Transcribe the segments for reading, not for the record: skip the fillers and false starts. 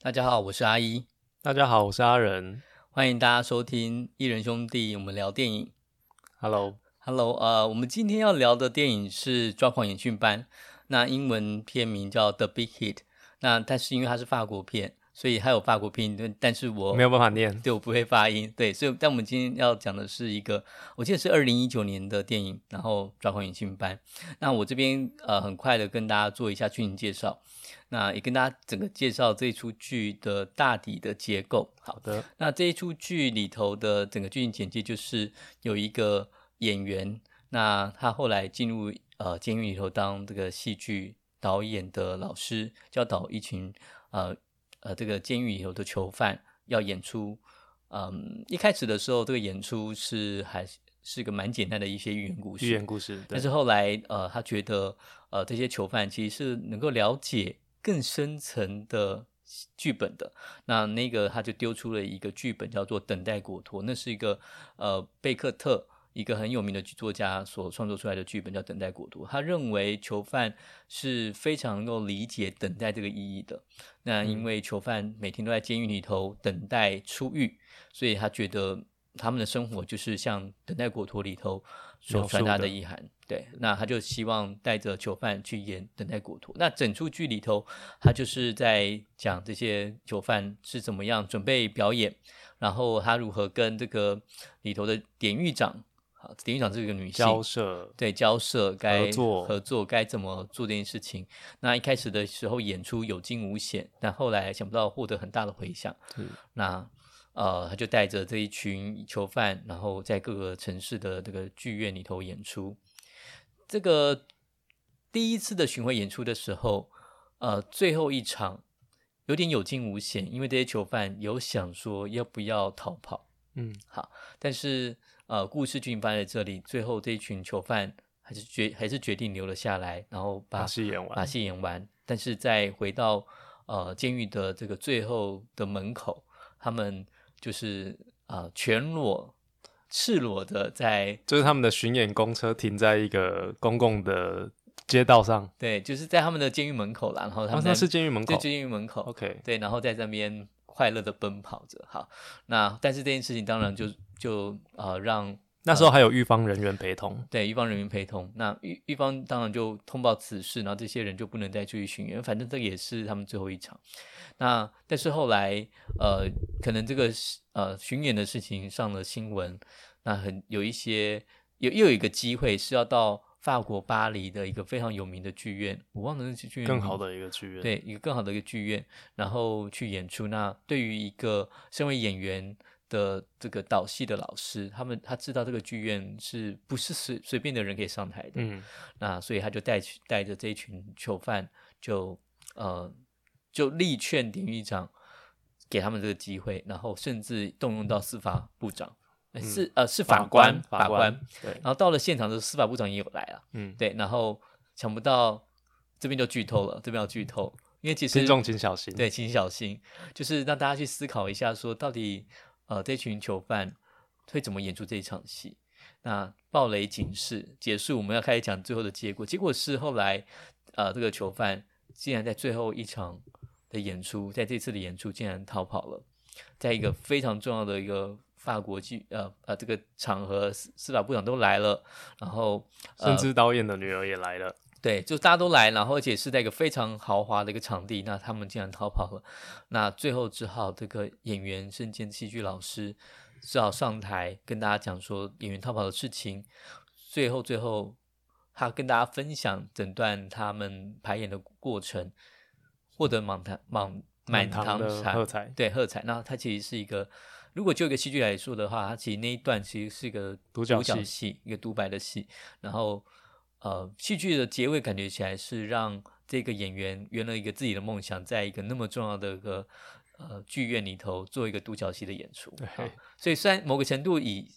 大家好，我是阿一， 大家好，我是阿仁。 欢迎大家收听一人兄弟，我们聊电影。 Hello， Hello，我们今天要聊的电影是《抓狂演训班》，那英文片名叫《The Big Hit》。但是因为它是法国片，所以它有法国拼音，但是没有办法念。 对，我不会发音。对，所以但我们今天要讲的是一个，我记得是2019年的电影，然后《抓狂演训班》。那我这边很快的跟大家做一下剧情介绍。那也跟大家整个介绍这一出剧的大体的结构。 好的， 那这一出剧里头的整个剧情简介就是有一个演员，那他后来进入监狱里头当这个戏剧导演的老师，教导一群这个监狱里头的囚犯要演出。一开始的时候，这个演出还是个蛮简单的一些寓言故事，但是后来他觉得这些囚犯其实是能够了解更深层的剧本的，那个他就丢出了一个剧本叫做《等待果陀》，那是一个贝克特一个很有名的剧作家所创作出来的剧本叫《等待果陀》。他认为囚犯是非常能够理解等待这个意义的，那因为囚犯每天都在监狱里头等待出狱，所以他觉得他们的生活就是像《等待果陀》里头所传达的意涵。对，那他就希望带着囚犯去演《等待果陀》。那整出剧里头，他就是在讲这些囚犯是怎么样准备表演，然后他如何跟这个里头的典狱长，典狱长是一个女性，交涉该合作该怎么做这件事情。那一开始的时候演出有惊无险，但后来想不到获得很大的回响。那他就带着这一群囚犯，然后在各个城市的这个剧院里头演出。这个第一次的巡回演出的时候，最后一场有点有惊无险，因为这些囚犯有想说要不要逃跑。好，但是故事剧情发生在这里，最后这一群囚犯还是决定留了下来，然后把戏演完。但是在回到监狱的这个最后的门口，他们就是赤裸的就是他们的巡演公车停在一个公共的街道上， 对，就是在他们的监狱门口啦，然后他们那是监狱门口， 对，监狱门口 ，OK， 对，然后在那边快乐的奔跑着。好，但是这件事情当然就让那时候还有狱方人员陪同， 对，狱方人员陪同。那狱方当然就通报此事，然后这些人就不能再继续巡演，反正这个也是他们最后一场。但是后来可能这个巡演的事情上了新闻，那有又有一个机会是要到法国巴黎的一个非常有名的剧院，我忘了那剧院， 更好的一个剧院， 对，一个更好的一个剧院，然后去演出。那对于一个身为演员的这个导戏的老师，他知道这个剧院不是随便的人可以上台的，那所以他就带着这一群囚犯就力劝典狱长给他们这个机会，然后甚至动用到司法部长，是法官， 对， 然后到了现场的司法部长也有来了，对，然后想不到这边就剧透了，这边要剧透，因为其实听众请小心， 对，请小心，就是让大家去思考一下，说到底这群囚犯会怎么演出这一场戏。那暴雷警示结束，我们要开始讲最后的结果。结果是后来这个囚犯竟然在最后一场的演出，在这次的演出竟然逃跑了，在一个非常重要的一个法国这个场合，司法部长都来了，然后甚至导演的女儿也来了。 对，就大家都来，然后而且是在一个非常豪华的一个场地，那他们竟然逃跑了。那最后只好这个演员身兼戏剧老师只好上台跟大家讲说演员逃跑的事情。最后他跟大家分享整段他们排演的过程，获得满堂的喝彩， 对，喝彩。那他其实是一个，如果就一个戏剧来说的话，他其实那一段其实是一个独角戏，一个独白的戏，然后戏剧的结尾感觉起来是让这个演员圆了一个自己的梦想，在一个那么重要的一个剧院里头做一个独角戏的演出。所以虽然某个程度以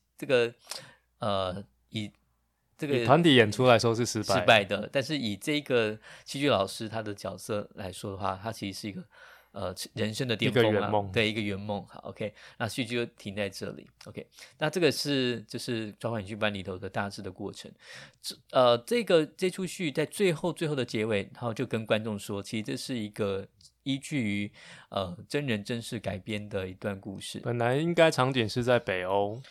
团体演出来说是失败的，但是以这个戏剧老师他的角色来说的话，他其实是一个人生的巅峰啊， 一个圆梦， 对，一个圆梦。好 ，OK， 那戏剧就停在这里。OK， 那这个是就是召唤演训班里头的大致的过程。这出戏在最后的结尾，然后就跟观众说，其实这是一个依据于真人真事改编的一段故事。 本来应该场景是在北欧，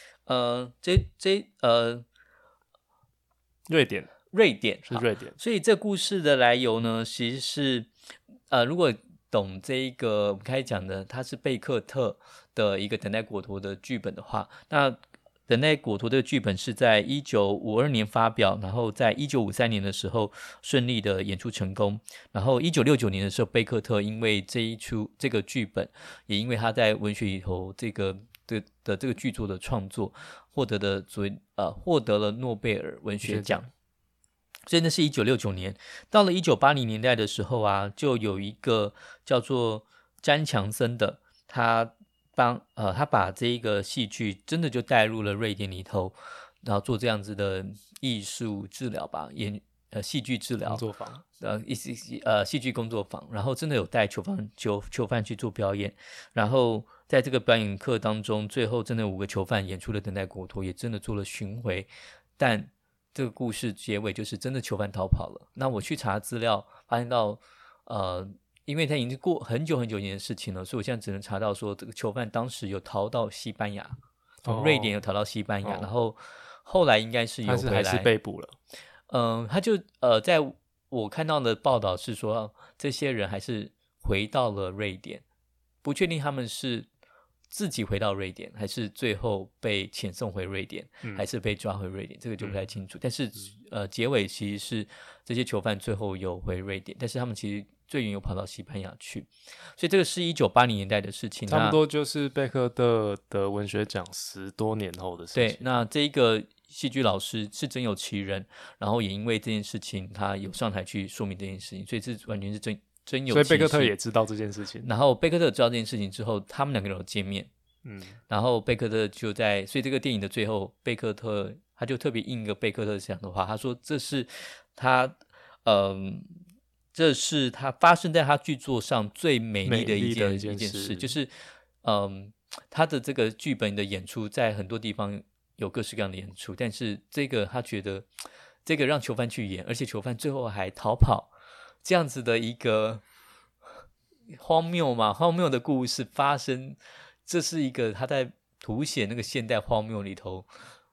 瑞典是瑞典， 所以这故事的来由呢，其实是如果懂这一个我们开始讲的，它是贝克特的一个等待果陀的剧本的话，那等待果陀的剧本是在1952年发表，然后在1953年的时候顺利的演出成功，然后1969年的时候，贝克特因为这个剧本，也因为他在文学里头这个的这个剧作的创作，获得了诺贝尔文学奖。所以那是1969年，到了1980年代的时候啊，就有一个叫做詹强森的，他把这一个戏剧真的就带入了瑞典里头，然后做这样子的艺术治疗吧，戏剧治疗工作坊， 戏剧工作坊，然后真的有带囚犯去做表演，然后在这个表演课当中，最后真的5个囚犯演出了等待果陀，也真的做了巡回，但这个故事结尾就是真的囚犯逃跑了。那我去查资料，发现到因为它已经过很久年的事情了，所以我现在只能查到说这个囚犯当时有逃到西班牙，从瑞典有逃到西班牙，然后后来应该是有回来， 还是被捕了。 他就在我看到的报道是说，这些人还是回到了瑞典，不确定他们是自己回到瑞典，还是最后被遣送回瑞典，还是被抓回瑞典，这个就不太清楚。但是结尾其实是这些囚犯最后有回瑞典，但是他们其实最远有跑到西班牙去，所以这个是1980年代的事情， 差不多就是贝克特的文学奖10多年后的事情。 对，那这一个戏剧老师是真有其人，然后也因为这件事情，他有上台去说明这件事情，所以这完全是真有其事。 所以贝克特也知道这件事情。 然后贝克特知道这件事情之后，他们2个人有见面。然后贝克特就所以这个电影的最后，贝克特他就特别应一个贝克特讲的话，他说这是他发生在他剧作上最美丽的一件事，就是他的这个剧本的演出在很多地方有各式各样的演出，但是这个他觉得这个让囚犯去演，而且囚犯最后还逃跑，这样子的一个荒谬的故事发生，这是一个他在凸显那个现代荒谬里头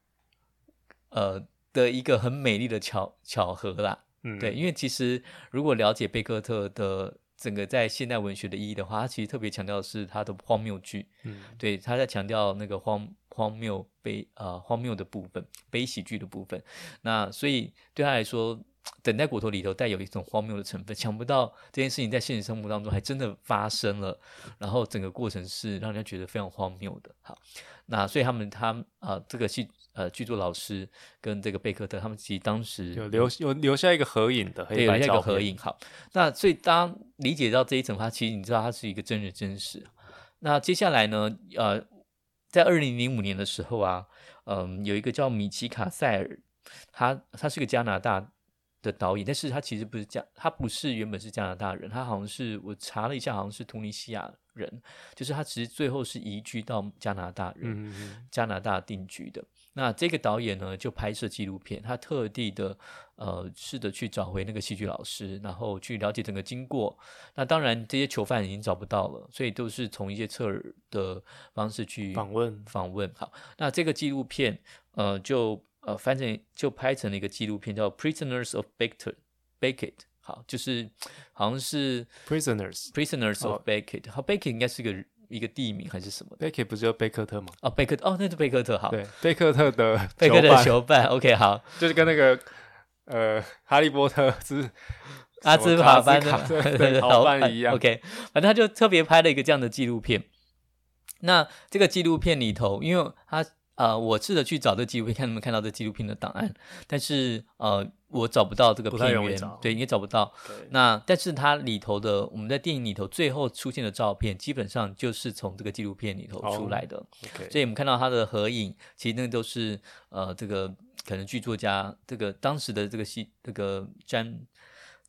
的一个很美丽的巧合啦。对，因为其实如果了解贝克特的整个在现代文学的意义的话，他其实特别强调的是他的荒谬剧。对，他在强调那个荒谬的部分，悲喜剧的部分。那所以对他来说，等待果陀里头带有一种荒谬的成分，想不到这件事情在现实生活当中还真的发生了，然后整个过程是让人家觉得非常荒谬的。好，那所以这个剧作老师跟这个贝克特，他们其实当时有留下一个合影的黑白照片， 对，留下一个合影。好，那所以当理解到这一层，它其实你知道它是一个真人真事。那接下来呢，在2005年的时候啊，有一个叫米奇卡塞尔，他是个加拿大的导演，但是他其实他不是原本是加拿大人，他好像是我查了一下，好像是突尼西亚人，就是他其实最后是移居到加拿大加拿大定居的。那这个导演呢，就拍摄纪录片，他特地的试着去找回那个戏剧老师，然后去了解整个经过。那当然这些囚犯已经找不到了，所以都是从一些侧耳的方式去访问。好，那这个纪录片就拍成了一个纪录片，叫《Prisoners of Beckett》。好，就是好像是 Prisoners of Beckett。好，Beckett 应该是一个地名还是什么的？ Beckett 不是叫贝克特吗？ 贝克特，那是贝克特。好， 对，贝克特的囚犯。OK， 好， 就是跟那个哈利波特是阿兹卡班的逃犯一样。 OK， 反正他就特别拍了一个这样的纪录片。那这个纪录片里头，因为我试着去找这个纪录片，看能不能看到这纪录片的档案，但是我找不到这个片源，对，也找不到。那但是它里头的，我们在电影里头最后出现的照片，基本上就是从这个纪录片里头出来的。所以我们看到它的合影，其实那都是这个可能剧作家这个当时的这个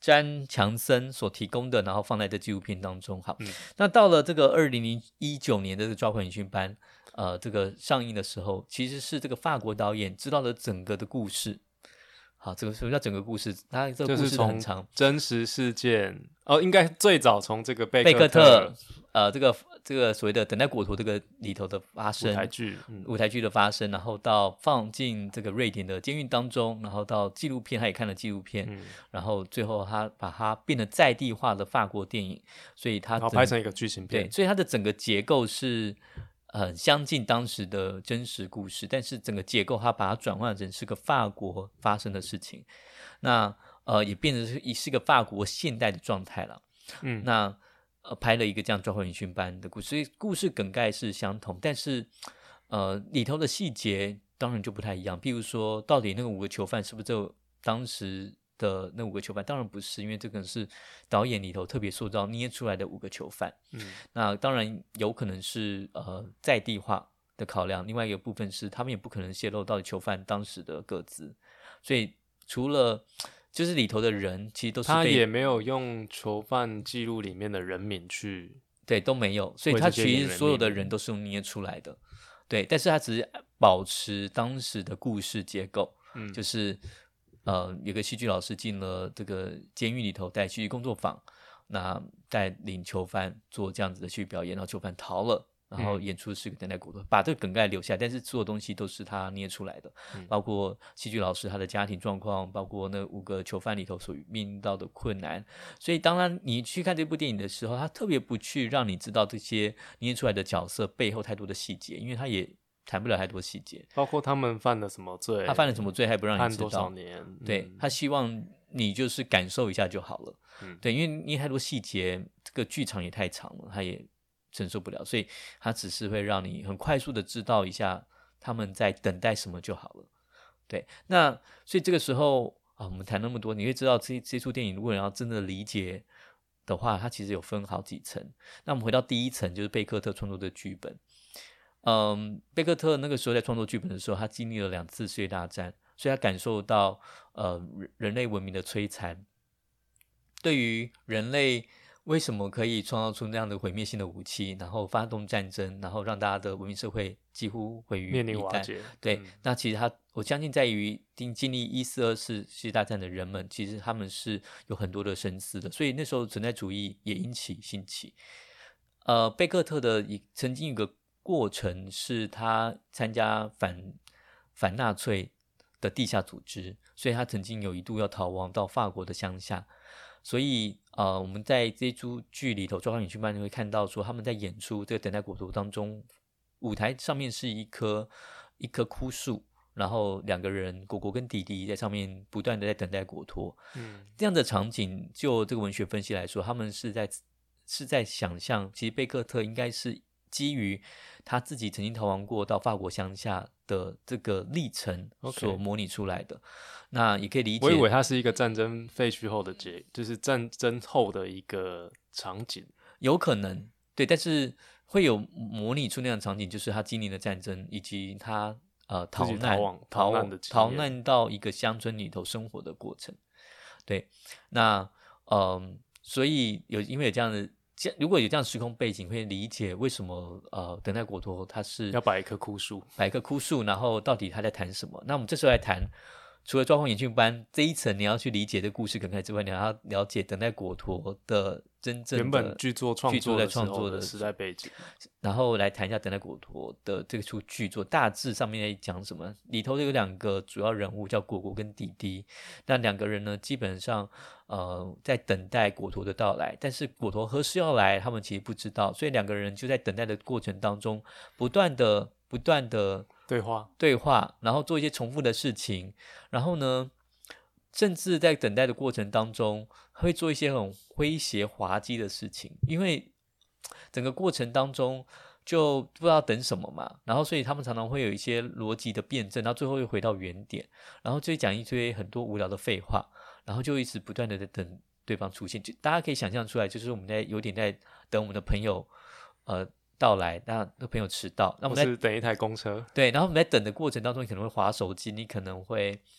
詹强森所提供的，然后放在这纪录片当中。好， 嗯那到了这个2019年的这个抓狂演训班，这个上映的时候，其实是这个法国导演知道了整个的故事。好，这个什么叫整个故事？他这个故事很长， 真实事件应该最早从这个贝克特这个所谓的等待果陀这个里头的发生，舞台剧的发生，然后到放进这个瑞典的监狱当中，然后到纪录片，他也看了纪录片，然后最后他把它变得在地化的法国电影，所以他然后拍成一个剧情片， 对，所以它的整个结构是很相近当时的真实故事，但是整个结构它把它转换成是个法国发生的事情，那也变成是一个法国现代的状态了。那拍了一个这样抓狂演训班的故事，所以故事梗概是相同，但是里头的细节当然就不太一样。譬如说，到底那个5个囚犯是不是就当时的那5个囚犯？当然不是，因为这个是导演里头特别塑造捏出来的5个囚犯。那当然有可能是在地化的考量，另外一个部分是他们也不可能泄露到底囚犯当时的个资，所以除了就是里头的人其实都是他也没有用囚犯记录里面的人名去， 对，都没有，所以他其实所有的人都是用捏出来的，对，但是他只是保持当时的故事结构，就是有个戏剧老师进了这个监狱里头带戏剧工作坊，那带领囚犯做这样子的戏剧表演，然后囚犯逃了。然后演出是个等待果陀，把这个梗概留下来，但是所有东西都是他捏出来的，包括戏剧老师他的家庭状况，包括那5个囚犯里头所面临到的困难。所以当你去看这部电影的时候，他特别不去让你知道这些捏出来的角色背后太多的细节，因为他也谈不了太多细节， 包括他们犯了什么罪， 他犯了什么罪还不让你知道， 判多少年， 对，他希望你就是感受一下就好了，对，因为太多细节，这个剧场也太长了，他也承受不了，所以他只是会让你很快速的知道一下他们在等待什么就好了。对，那所以这个时候我们谈那么多，你会知道这出电影如果你要真的理解的话，它其实有分好几层。那我们回到第一层，就是贝克特创作的剧本。贝克特那个时候在创作剧本的时候，他经历了2次世界大战，所以他感受到人类文明的摧残，对于人类为什么可以创造出那样的毁灭性的武器，然后发动战争，然后让大家的文明社会几乎毁于面临瓦解？ 对，那其实我相信在于经历1次、2次世界大战的人们，其实他们是有很多的深思的，所以那时候存在主义也兴起。贝克特的曾经有个过程是他参加反纳粹的地下组织，所以他曾经有一度要逃亡到法国的乡下。所以我们在这出剧里头抓狂演训班会看到说，他们在演出这个等待果陀当中，舞台上面是一棵枯树，然后2个人果果跟弟弟在上面不断的在等待果陀。这样的场景就这个文学分析来说，他们是在想象，其实贝克特应该是基于他自己曾经逃亡过到法国乡下的这个历程所模拟出来的。那也可以理解， 我以为它是一个战争废墟后的就是战争后的一个场景， 有可能对，但是会有模拟出那样的场景，就是他经历了战争，以及他逃难到一个乡村里头生活的过程。对，那所以因为有这样的。如果有这样的时空背景，会理解为什么等待果陀他是要摆一棵枯树， 然后到底他在谈什么？那我们这时候来谈，除了抓狂演训班这一层，你要去理解这故事梗概之外，你还要了解等待果陀的真正的原本剧作创作的时代背景， 然后来谈一下等待果陀的这出剧作大致上面在讲什么。里头有2个主要人物叫果果跟弟弟，那2个人呢基本上在等待果陀的到来，但是果陀何时要来他们其实不知道，所以2个人就在等待的过程当中不断的对话，然后做一些重复的事情，然后呢甚至在等待的过程当中会做一些很诙谐滑稽的事情，因为整个过程当中就不知道等什么嘛，然后所以他们常常会有一些逻辑的辩证，然后最后又回到原点，然后就讲一堆很多无聊的废话，然后就一直不断的在等对方出现，就大家可以想象出来，就是我们有点在等我们的朋友到来，那朋友迟到，那我们是等一台公车， 对，然后我们在等的过程当中，你可能会滑手机，你可能会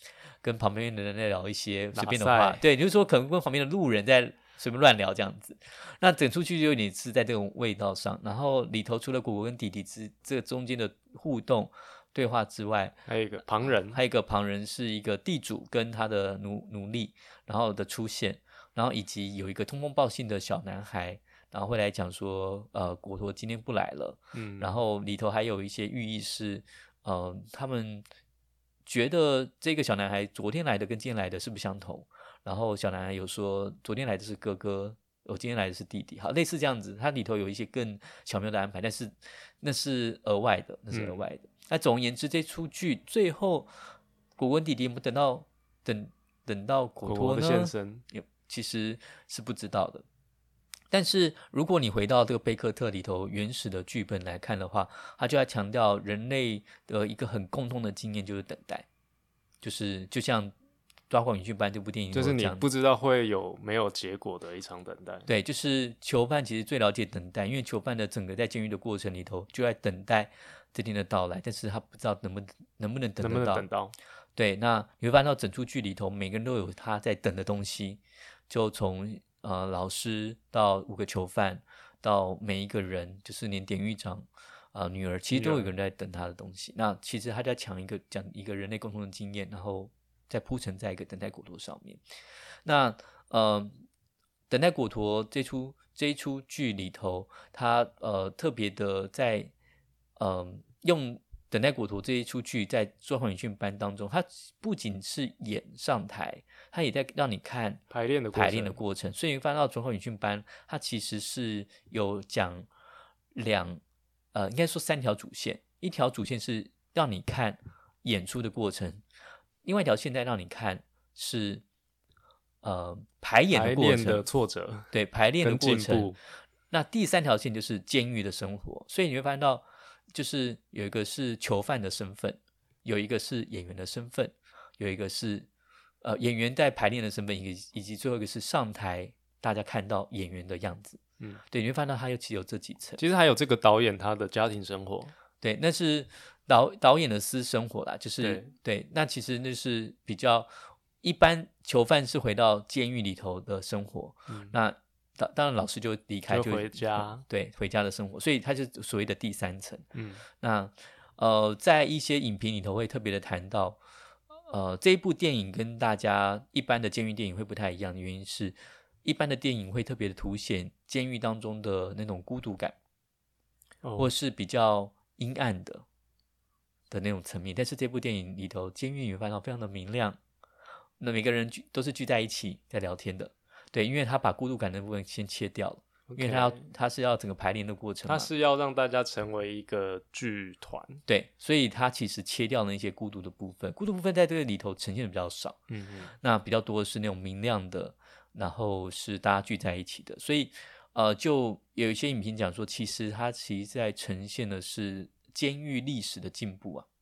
跟旁边的人在聊一些随便的拉话， 塞对，就是说可能跟旁边的路人在随便乱聊这样子。那整出剧就有点是在这种味道上，然后里头除了果果跟弟弟这中间的互动对话之外， 还有一个旁人， 还有一个旁人是一个地主跟他的奴隶，然后的出现，然后以及有一个通风报信的小男孩，然后会来讲说，果陀今天不来了，然后里头还有一些寓意是，他们觉得这个小男孩昨天来的跟今天来的是不相同，然后小男孩有说昨天来的是哥哥，今天来的是弟弟，好，类似这样子，它里头有一些更巧妙的安排，但是那是额外的，那总而言之，这出剧最后果果弟弟有没有等到果陀呢？ 果的现身， 其实是不知道的。但是如果你回到这个贝克特里头原始的剧本来看的话，他就要强调人类的一个很共通的经验就是等待，就像《抓狂语训班》这部电影， 就是你不知道会有没有结果的一场等待。 对，就是囚犯其实最了解等待，因为囚犯的整个在监狱的过程里头就在等待这天的到来，但是他不知道能不能等到。对，那你会发现到整出剧里头，每个人都有他在等的东西，就从老师到5个囚犯，到每一个人，就是连典狱长女儿，其实都有一个人在等他的东西。那其实他在讲一个人类共同的经验，然后再铺陈在一个等待果陀上面。那等待果陀这一出剧里头，他特别的在用等待果陀这一出剧在抓狂语训班当中，他不仅是演上台，他也在让你看排练的过程。所以你翻到抓狂语训班，它其实是有讲应该说3条主线，一条主线是让你看演出的过程，另外一条线在让你看是排演的过程， 的挫折， 对，排练的过程。那第3条线就是监狱的生活，所以你会发现到，就是有一个是囚犯的身份，有一个是演员的身份，有一个是演员在排练的身份，以及最后一个是上台大家看到演员的样子。对，你会发现到他其实有这几层。 其实还有这个导演他的家庭生活， 对，那是导演的私生活啦，就是对，那其实那是比较一般囚犯是回到监狱里头的生活，那当然老师就离开， 就回家， 对，回家的生活，所以它是所谓的第3层。那在一些影评里头会特别的谈到，这一部电影跟大家一般的监狱电影会不太一样的原因是，一般的电影会特别的凸显监狱当中的那种孤独感，或是比较阴暗的那种层面，但是这部电影里头，监狱你会发现非常的明亮，那每个人都是聚在一起在聊天的，对，因为他把孤独感的部分先切掉了，因为他是要整个排练的过程嘛， 他是要让大家成为一个剧团， 对，所以他其实切掉了一些孤独的部分，孤独部分在这个里头呈现的比较少，那比较多的是那种明亮的，然后是大家聚在一起的，所以就有一些影评讲说，其实在呈现的是监狱历史的进步啊。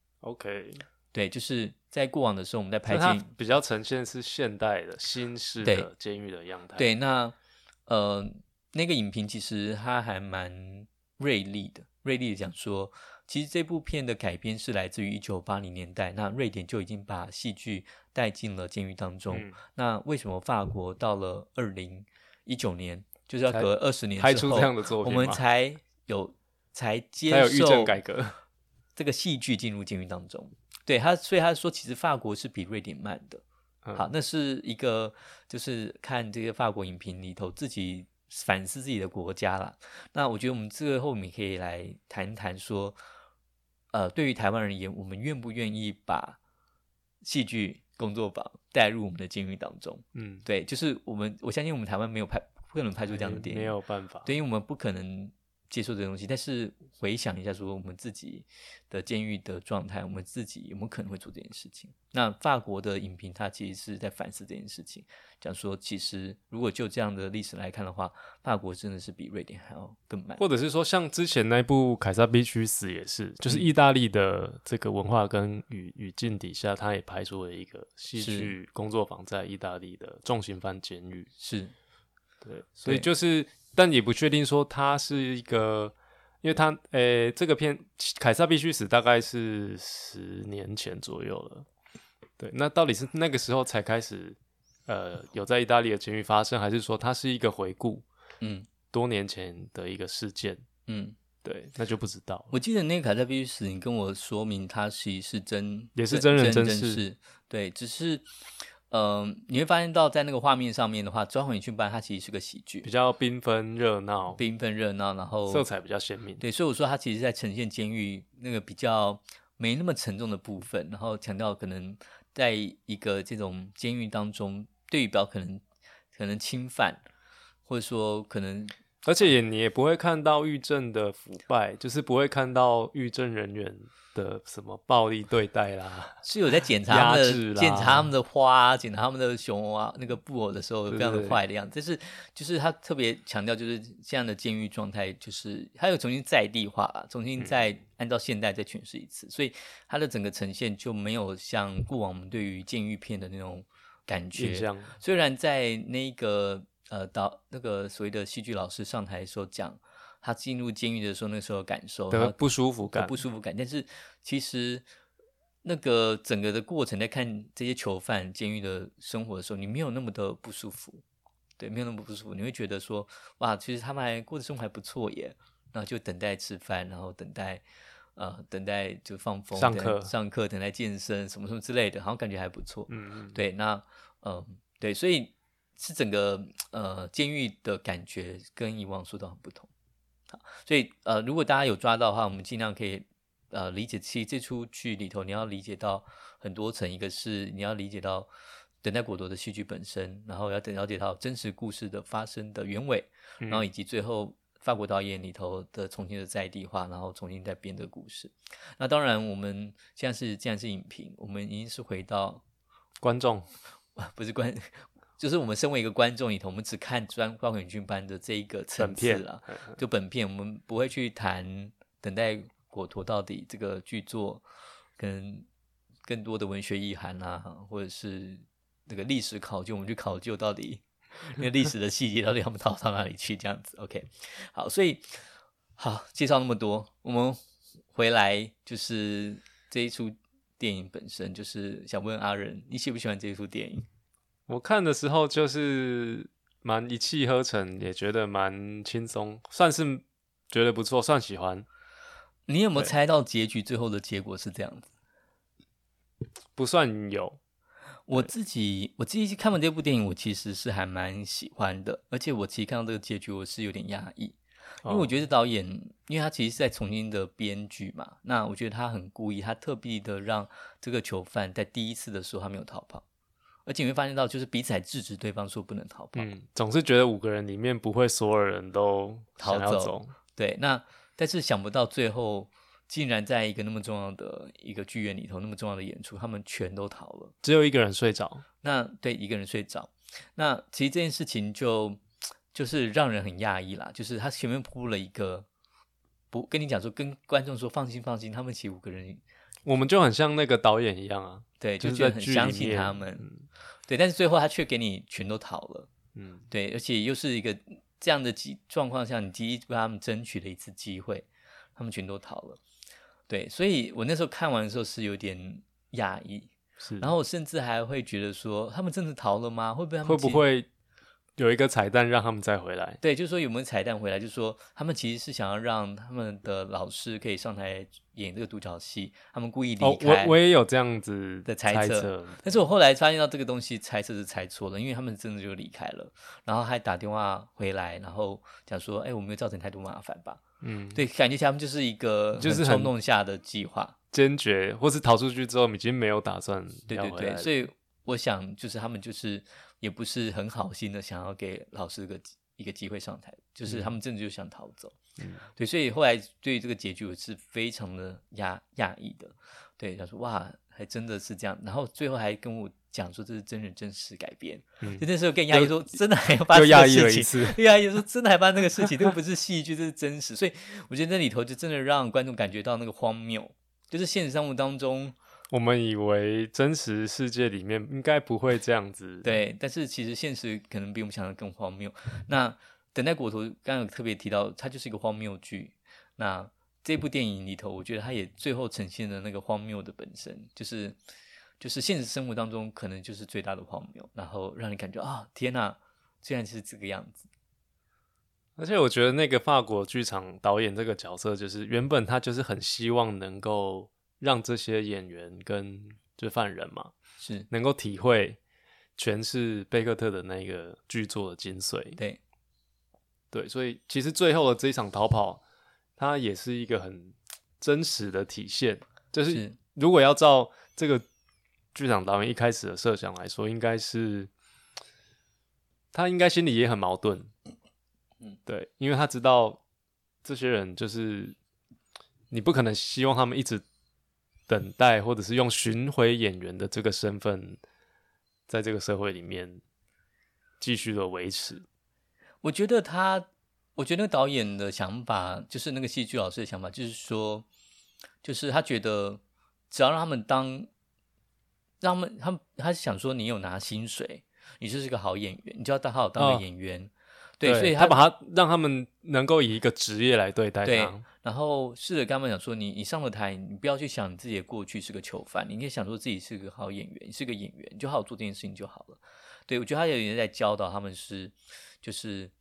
OK， 对，就是在过往的时候，我们在拍监狱， 比较呈现是现代的新式的监狱的样态。 对，那那个影评其实它还蛮锐利的讲说，其实这部片的改编是来自于1980年代，那瑞典就已经把戏剧带进了监狱当中。那为什么法国到了2019年，就是要隔20年之后， 拍出这样的作品， 我们才接受才有狱政改革， 这个戏剧进入监狱当中。对所以他说，其实法国是比瑞典慢的。好，那是一个就是看这个法国影评里头自己反思自己的国家啦。那我觉得我们最后面可以来谈谈说，对于台湾而言，我们愿不愿意把戏剧工作坊带入我们的监狱当中？对，就是我相信我们台湾不可能拍出这样的电影， 没有办法， 对，因为我们不可能接受这个东西。但是回想一下，说我们自己的监狱的状态，我们自己有没有可能会做这件事情？那法国的影评，它其实是在反思这件事情，讲说其实如果就这样的历史来看的话，法国真的是比瑞典还要更慢， 或者是说像之前那部《凯撒必须死》也是，就是意大利的这个文化跟语境底下，他也拍出了一个戏剧工作坊在意大利的重刑犯监狱， 是对，所以就是，但也不确定说它是一个，因为它这个片《凯撒必须死》大概是10年前左右了， 对，那到底是那个时候才开始有在意大利的监狱发生，还是说它是一个回顾多年前的一个事件？对，那就不知道了。 我记得那个凯撒必须死，你跟我说明它其实是也是真人真事，对，只是你会发现到在那个画面上面的话，《抓回你去班》它其实是个喜剧， 比较缤纷热闹， 然后色彩比较鲜明。 对，所以我说它其实在呈现监狱那个比较没那么沉重的部分，然后强调可能在一个这种监狱当中，对于比较可能侵犯，或者说可能。 而且你也不会看到狱政的腐败，就是不会看到狱政人员的什么暴力对待啦， 是有在检查他们的花，检查他们的熊啊那个布偶的时候非常的坏的样子。但是就是他特别强调，就是这样的监狱状态，就是他有重新在地化啦，重新再按照现代再诠释一次，所以他的整个呈现就没有像过往我们对于监狱片的那种感觉。虽然在那个那个所谓的戏剧老师上台的时候讲，他进入监狱的时候，那时候感受的不舒服感， 但是其实那个整个的过程，在看这些囚犯监狱的生活的时候，你没有那么的不舒服，对，没有那么不舒服，你会觉得说，哇，其实他们还过的生活还不错耶，然后就等待吃饭，然后等待就放风上课，等待健身什么什么之类的，好像感觉还不错，对，那对，所以。是整个监狱的感觉跟以往说的很不同，好，所以如果大家有抓到的话，我们尽量可以理解，其实这出剧里头你要理解到很多层，一个是你要理解到等待果陀的戏剧本身，然后要了解到真实故事的发生的原委，然后以及最后法国导演里头的重新的在地化，然后重新再编的故事。那当然我们既然是影评，我们已经是回到观众， 不是就是我们身为一个观众里头，我们只看《抓回你去班》的这一个层次啦，就本片，我们不会去谈《等待果陀》到底这个剧作跟更多的文学意涵啊，或者是这个历史考究，我们去考究到底那个历史的细节到底要我们导到哪里去，这样子。OK， 好，所以好介绍那么多，我们回来就是这一出电影本身，就是想问阿仁，你喜不喜欢这一出电影？ 我看的时候就是蛮一气呵成，也觉得蛮轻松，算是觉得不错，算喜欢。 你有没有猜到结局最后的结果是这样子？ 不算有。 我自己看完这部电影，我其实是还蛮喜欢的，而且我其实看到这个结局，我是有点压抑，因为我觉得导演，因为他其实是在重新的编剧嘛，那我觉得他很故意，他特地的让这个囚犯在第一次的时候他没有逃跑。而且你会发现到，就是彼此还制止对方说不能逃跑。 总是觉得5个人里面不会所有人都想要走。 对，那但是想不到最后竟然在一个那么重要的一个剧院里头，那么重要的演出，他们全都逃了， 只有一个人睡着。 那对，一个人睡着。那其实这件事情就是让人很讶异啦，就是他前面铺了一个不跟你讲说，跟观众说放心，他们其实5个人。 我们就很像那个导演一样啊， 对，就觉得很相信他们，对，但是最后他却给你全都逃了，对，而且又是一个这样的状况下，你第一为他们争取了一次机会，他们全都逃了，对，所以我那时候看完的时候是有点讶异，然后我甚至还会觉得说，他们真的逃了吗？会不会有一个彩蛋让他们再回来？ 对，就是说有没有彩蛋回来？就是说他们其实是想要让他们的老师可以上台演这个独角戏，他们故意离开。 我也有这样子的猜测，但是我后来发现到这个东西猜测是猜错了，因为他们真的就离开了，然后还打电话回来，然后讲说，我没有造成太多麻烦吧？对，感觉他们就是一个就是冲动下的计划， 坚决，或是逃出去之后已经没有打算要回来。 对，所以我想就是他们就是也不是很好心的想要给老师一个机会上台，就是他们真的就想逃走。对，所以后来对于这个结局我是非常的讶异的。对，他说哇，还真的是这样，然后最后还跟我讲说这是真人真事改编。那时候更讶异说真的还要发生这个事情，讶异说真的还发生那个事情，这个不是戏剧，这是真实。所以我觉得那里头就真的让观众感觉到那个荒谬，就是现实生活当中。 我们以为真实世界里面应该不会这样子， 对，但是其实现实可能比我们想的更荒谬。那等待果陀刚刚有特别提到，它就是一个荒谬剧。那这部电影里头，我觉得它也最后呈现了那个荒谬的本身，就是就是现实生活当中可能就是最大的荒谬，然后让你感觉啊，天哪，居然是这个样子。 而且我觉得那个法国剧场导演这个角色，就是原本他就是很希望能够让这些演员跟就是犯人嘛， 是能够体会诠释贝克特的那个剧作的精髓。 对对，所以其实最后的这一场逃跑，它也是一个很真实的体现。就是如果要照这个剧场导演一开始的设想来说，应该是他应该心里也很矛盾。对，因为他知道这些人就是你不可能希望他们一直等待，或者是用巡回演员的这个身份，在这个社会里面继续的维持。 我觉得导演的想法，就是那个戏剧老师的想法，就是说，就是他觉得只要让他们当，他想说你有拿薪水，你就是个好演员，你就要好好当个演员。对，所以他把他让他们能够以一个职业来对待他。 对，然后试着跟他们讲说，你上了台，你不要去想你自己的过去是个囚犯，你应该想说自己是个好演员，你是个演员，你就好好做这件事情就好了。对，我觉得他有点在教导他们就是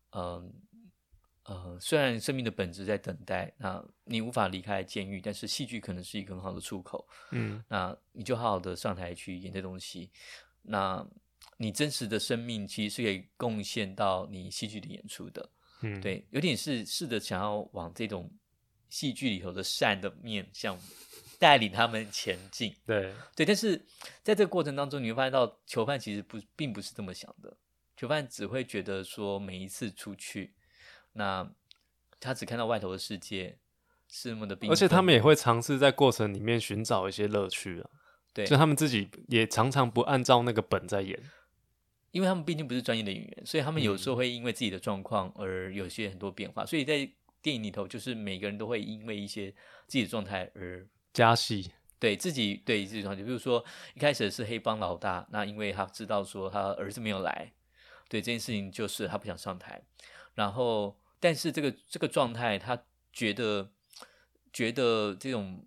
虽然生命的本质在等待，那你无法离开监狱，但是戏剧可能是一个很好的出口。那你就好好的上台去演这东西。那你真实的生命其实是可以贡献到你戏剧的演出的。对，有点是试着想要往这种戏剧里头的善的面向带领他们前进。 对， 但是在这个过程当中，你会发现到囚犯其实并不是这么想的。囚犯只会觉得说，每一次出去，那他只看到外头的世界是那么的缤纷， 而且他们也会尝试在过程里面寻找一些乐趣啊。 对， 就他们自己也常常不按照那个本在演。 因为他们毕竟不是专业的演员，所以他们有时候会因为自己的状况而有些很多变化。所以在电影里头，就是每个人都会因为一些自己的状态而加戏。 对自己状态，比如说一开始是黑帮老大，那因为他知道说他儿子没有来，对这件事情就是他不想上台，然后但是这个状态，他觉得这种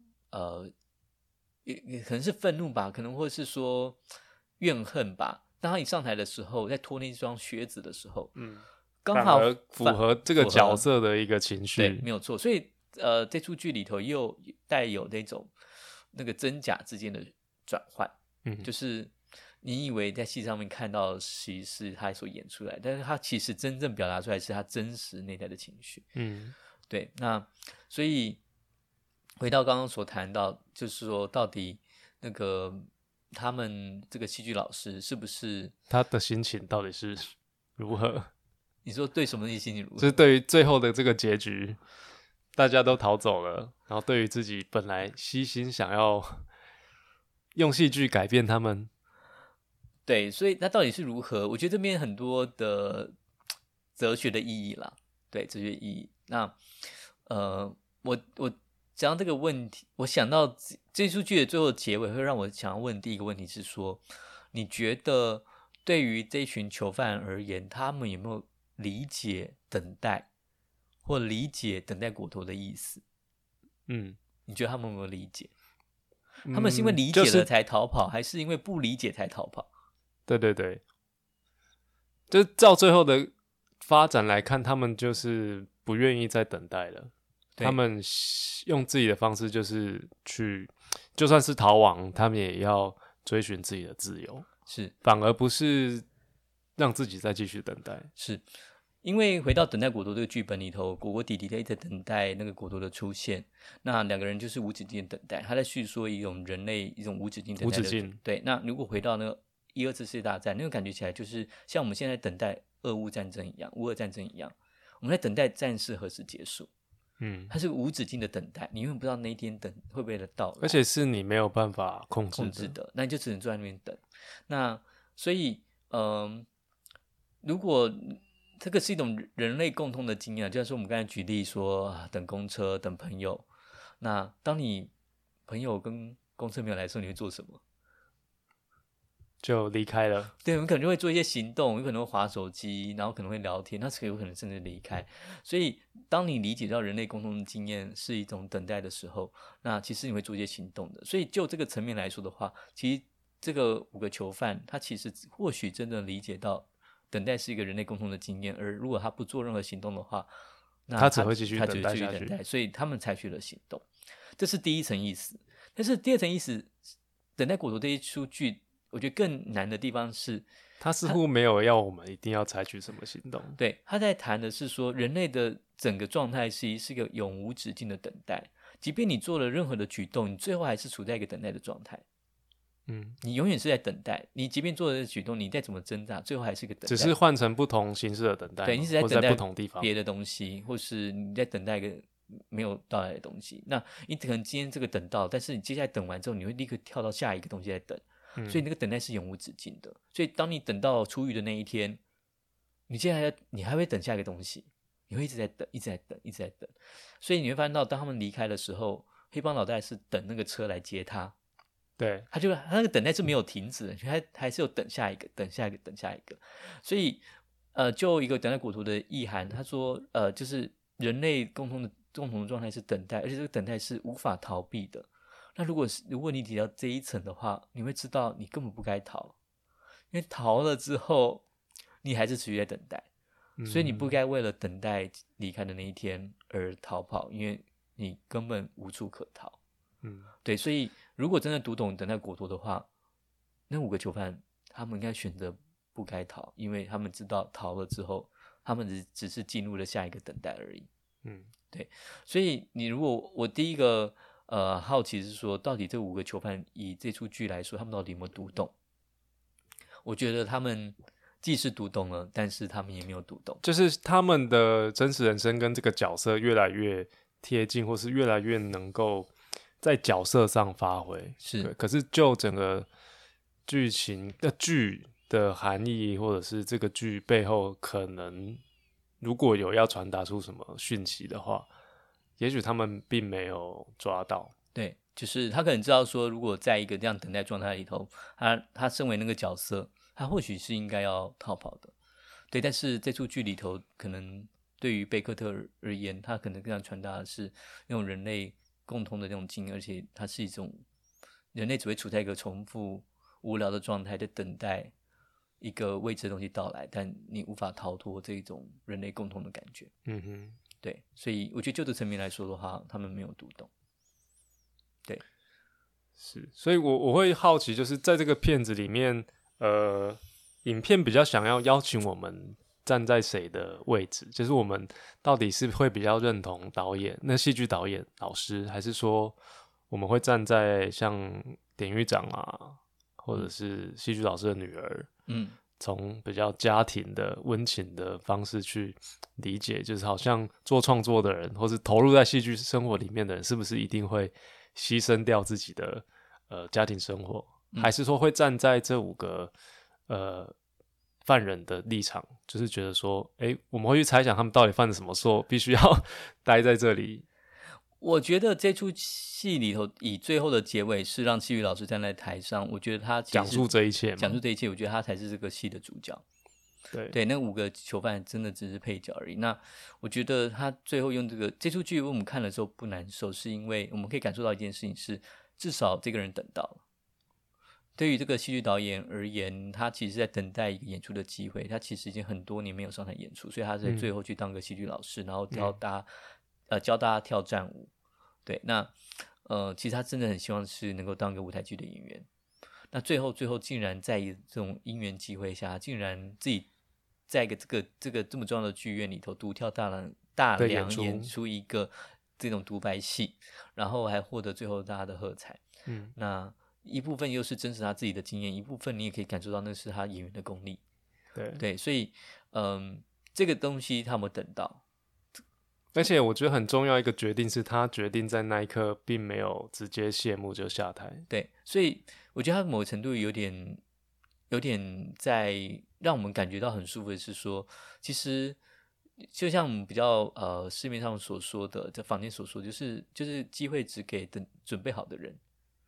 也可能是愤怒吧，可能或是说怨恨吧。当他一上台的时候，在脱那双靴子的时候，刚好符合这个角色的一个情绪。 对，没有错。所以这出剧里头又带有那个真假之间的转换。就是你以为在戏上面看到其实是他所演出来，但是他其实真正表达出来是他真实内在的情绪。对。那所以回到刚刚所谈到，就是说到底那个他们这个戏剧老师是不是他的心情到底是如何？ 你说对什么东西心情如何？ 就是对于最后的这个结局，大家都逃走了，然后对于自己本来悉心想要用戏剧改变他们， 对，所以那到底是如何？我觉得这边很多的哲学的意义啦，对，哲学意义。那我讲到这个问题，我想到这出剧的最后结尾，会让我想要问第一个问题是说，你觉得对于这群囚犯而言，他们有没有理解等待，或理解等待果陀的意思？你觉得他们有没有理解？他们是因为理解了才逃跑，还是因为不理解才逃跑？ 对对对，就照最后的发展来看，他们就是不愿意再等待了。他们用自己的方式，就是去，就算是逃亡，他们也要追寻自己的自由， 是， 反而不是让自己再继续等待。 是因为回到等待果陀这个剧本里头，果果弟弟一直等待那个果陀的出现，那两个人就是无止境的等待，他在叙说一种人类一种无止境等待的。 无止境。 对，那如果回到那个1、2次世界大战，那个感觉起来就是像我们现在等待俄乌战争一样，乌俄战争一样，我们在等待战事何时结束。它是无止境的等待，你永远不知道那一天会不会到来， 而且是你没有办法控制的，那你就只能坐在那边等。那所以，如果这个是一种人类共通的经验，就像说我们刚才举例说，等公车、等朋友。那当你朋友跟公车没有来的时候，你会做什么？ 就离开了。 对，我们可能就会做一些行动，有可能会滑手机，然后可能会聊天，那有可能甚至离开。所以，当你理解到人类共同的经验是一种等待的时候，那其实你会做一些行动的。所以，就这个层面来说的话，其实这个5个囚犯，他其实或许真的理解到等待是一个人类共同的经验，而如果他不做任何行动的话，那他只会继续他等待下去等待，所以他们采取了行动。这是第一层意思。但是第二层意思，等待果陀这一出剧，我觉得更难的地方是， 他似乎没有要我们一定要采取什么行动。 对，他在谈的是说，人类的整个状态是一个永无止境的等待，即便你做了任何的举动，你最后还是处在一个等待的状态。你永远是在等待，你即便做了举动，你再怎么挣扎，最后还是一个等待， 只是换成不同形式的等待， 对，你是在或等待不同地方别的东西，或是你在等待一个没有到来的东西。那你可能今天这个等到，但是你接下来等完之后，你会立刻跳到下一个东西来等，所以那个等待是永无止境的。所以当你等到出狱的那一天，你接下来你还会等下一个东西，你会一直在等，一直在等，一直在等。所以你会发现到，当他们离开的时候，黑帮老大是等那个车来接他。 对， 他那个等待是没有停止的，他还是有等下一个，等下一个，等下一个。所以，就一个等待果陀的意涵，他说，就是人类共同的状态是等待，而且这个等待是无法逃避的。那如果你提到这一层的话，你会知道你根本不该逃，因为逃了之后，你还是持续在等待，所以你不该为了等待离开的那一天而逃跑，因为你根本无处可逃。对，所以如果真的读懂等待果陀的话，那5个囚犯他们应该选择不该逃，因为他们知道逃了之后，他们只是进入了下一个等待而已。对，所以如果我第一个好奇是说，到底这5个囚犯以这出剧来说，他们到底有没有读懂？我觉得他们既是读懂了，但是他们也没有读懂， 就是他们的真实人生跟这个角色越来越贴近，或是越来越能够在角色上发挥。 是， 可是就整个剧情的剧的含义，或者是这个剧背后可能如果有要传达出什么讯息的话，也许他们并没有抓到。 对，就是他可能知道说，如果在一个这样等待状态里头，他身为那个角色，他或许是应该要逃跑的。对，但是这出剧里头，可能对于贝克特而言，他可能更想传达的是那种人类共同的那种经验，而且它是一种人类只会处在一个重复无聊的状态，在等待一个未知的东西到来，但你无法逃脱这种人类共同的感觉。对，所以我觉得就这层面来说的话，他们没有读懂。对， 是，所以我会好奇，就是在这个片子里面，影片比较想要邀请我们站在谁的位置，就是我们到底是会比较认同导演，那戏剧导演老师，还是说我们会站在像典狱长啊，或者是戏剧老师的女儿，从比较家庭的温情的方式去理解，就是好像做创作的人，或是投入在戏剧生活里面的人，是不是一定会牺牲掉自己的家庭生活，还是说会站在这5个犯人的立场，就是觉得说，我们会去猜想他们到底犯了什么错，必须要待在这里。 我觉得这出戏里头，以最后的结尾是让戚宇老师站在台上，我觉得他讲述这一切， 讲述这一切，我觉得他才是这个戏的主角。对，那5个囚犯真的只是配角而已。那我觉得他最后用这出剧，我们看的时候不难受，是因为我们可以感受到一件事情是，至少这个人等到了。对于这个戏剧导演而言，他其实在等待一个演出的机会，他其实已经很多年没有上台演出，所以他在最后去当个戏剧老师，然后教大家跳战舞。对，那其实他真的很希望是能够当个舞台剧的演员。那最后竟然在这种因缘机会下，竟然自己在一个这个这么重要的剧院里头独跳大梁演出一个这种独白戏，然后还获得最后大家的喝彩。那一部分又是真实他自己的经验，一部分你也可以感受到那是他演员的功力。对，所以这个东西他有没有等到？ 而且我觉得很重要一个决定是他决定在那一刻并没有直接谢幕就下台。 对，所以我觉得他某程度有点在让我们感觉到很舒服的是说，其实就像我们比较市面上所说的，在坊间所说，就是机会只给准备好的人。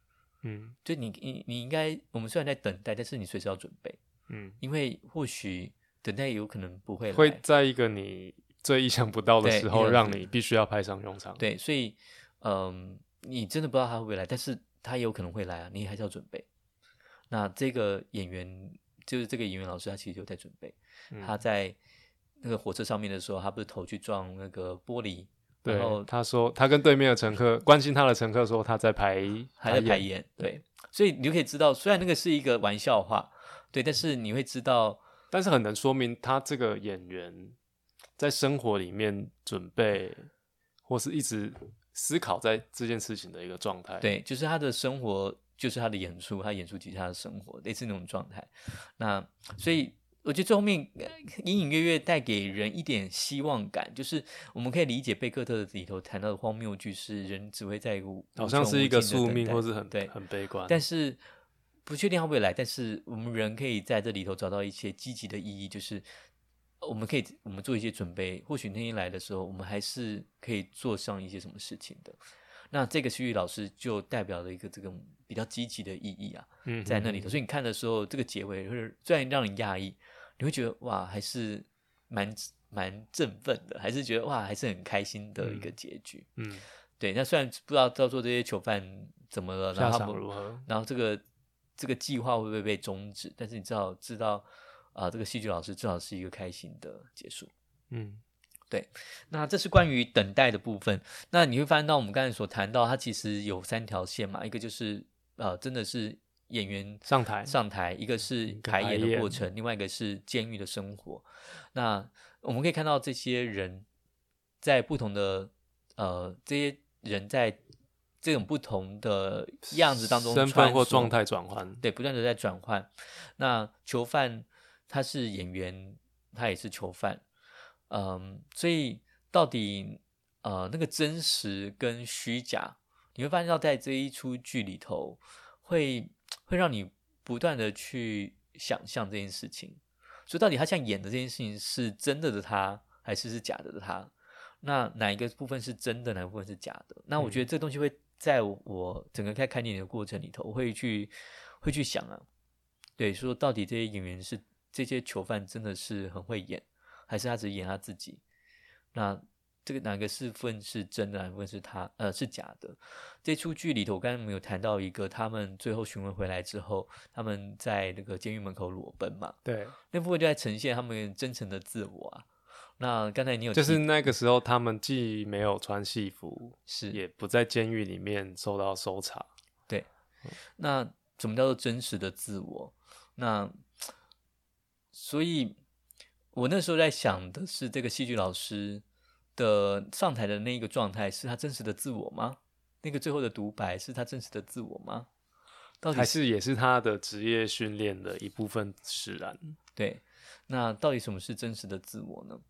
就你应该，我们虽然在等待，但是你随时要准备，因为或许等待有可能不会来， 会在一个你最意想不到的时候，让你必须要派上用场。 对，所以你真的不知道他会不会来，但是他也有可能会来啊，你还是要准备。那这个演员就是这个演员老师，他其实就在准备，他在那个火车上面的时候，他不是头去撞那个玻璃。 对， 然后他说他跟对面的乘客关心他的乘客说他在还在排演，对，所以你就可以知道，虽然那个是一个玩笑话，对，但是你会知道， 但是很能说明他这个演员在生活里面准备或是一直思考在这件事情的一个状态。 对，就是他的生活就是他的演出，他演出即是他的生活，类似那种状态。那所以我觉得最后面隐隐约约带给人一点希望感，就是我们可以理解贝克特里头谈到的荒谬句是人只会在好像是一个宿命，或是很悲观， 但是不确定他会来，但是我们人可以在这里头找到一些积极的意义，就是我们做一些准备，或许那天来的时候，我们还是可以做上一些什么事情的。那这个戏剧老师就代表了一个这种比较积极的意义啊，在那里头。所以你看的时候，这个结尾虽然让人讶异，你会觉得哇，还是蛮振奋的，还是觉得哇，还是很开心的一个结局。对。那虽然不知道到时候这些囚犯怎么了， 下场如何， 然后这个计划会不会被终止，但是你知道这个戏剧老师至少是一个开心的结束。对，那这是关于等待的部分。那你会发现到我们刚才所谈到，它其实有3条线嘛，一个就是真的是演员上台， 一个是排演的过程，另外一个是监狱的生活。那我们可以看到这些人在不同的这些人在这种不同的样子当中身份或状态转换， 对，不断的在转换。那囚犯他是演员，他也是囚犯。所以到底那个真实跟虚假，你会发现到在这一出剧里头，会让你不断的去想象这件事情。所以到底他像演的这件事情是真的他，还是假的他？那哪一个部分是真的，哪个部分是假的？那我觉得这东西会在我整个在看电影的过程里头，会去想啊，对，说到底这些演员这些囚犯真的是很会演，还是他只演他自己？那这个哪个部分是真的，哪个部分是假的？这出剧里头，我刚才没有谈到一个，他们最后询问回来之后，他们在那个监狱门口裸奔嘛？ 对， 那部分就在呈现他们真诚的自我啊。那刚才你有就是那个时候，他们既没有穿戏服， 是也不在监狱里面受到搜查。 对，那什么叫做真实的自我？那所以我那时候在想的是，这个戏剧老师的上台的那一个状态是他真实的自我吗？那个最后的独白是他真实的自我吗？到底还是也是他的职业训练的一部分使然？ 对，那到底什么是真实的自我呢？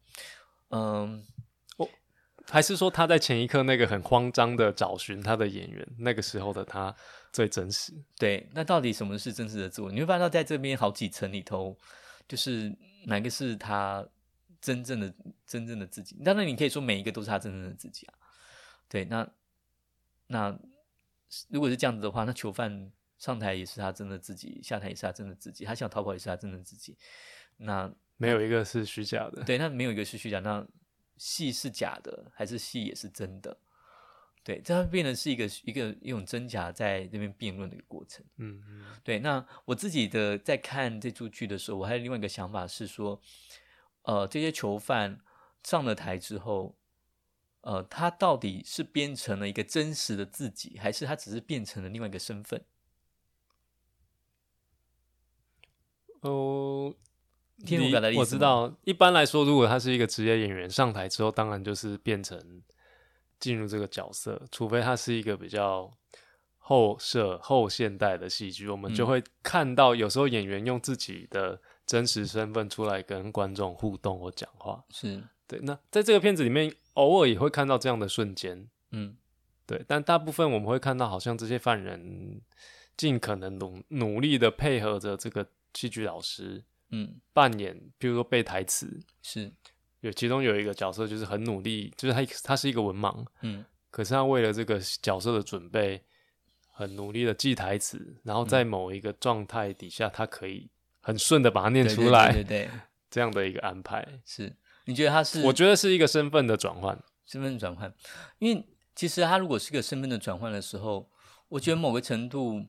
还是说他在前一刻那个很慌张的找寻他的演员，那个时候的他最真实？ 对，那到底什么是真实的自我？你会发现到在这边好几层里头，就是哪个是他真正的自己？当然，你可以说每一个都是他真正的自己啊。对，那如果是这样子的话，那囚犯上台也是他真的自己，下台也是他真的自己，他想逃跑也是他真的自己。那没有一个是虚假的。 对，那没有一个是虚假。那戏是假的，还是戏也是真的？对，这样变成是一种真假在这边辩论的一个过程。对。那我自己在看这出剧的时候，我还有另外一个想法是说，这些囚犯上了台之后，他到底是变成了一个真实的自己，还是他只是变成了另外一个身份？听我表达的意思吗？ 我知道，一般来说，如果他是一个职业演员上台之后，当然就是变成进入这个角色，除非他是一个比较后现代的戏剧，我们就会看到有时候演员用自己的真实身份出来跟观众互动或讲话。 是对。那在这个片子里面，偶尔也会看到这样的瞬间。对。但大部分我们会看到，好像这些犯人尽可能努力的配合着这个戏剧老师。扮演，比如说背台词， 是其中有一个角色就是很努力，就是他是一个文盲，可是他为了这个角色的准备， 很努力的记台词，然后在某一个状态底下，他可以很顺的把它念出来， 对， 这样的一个安排。 是你觉得他是？ 我觉得是一个身份的转换， 身份转换，因为其实他如果是个身份的转换的时候，我觉得某个程度，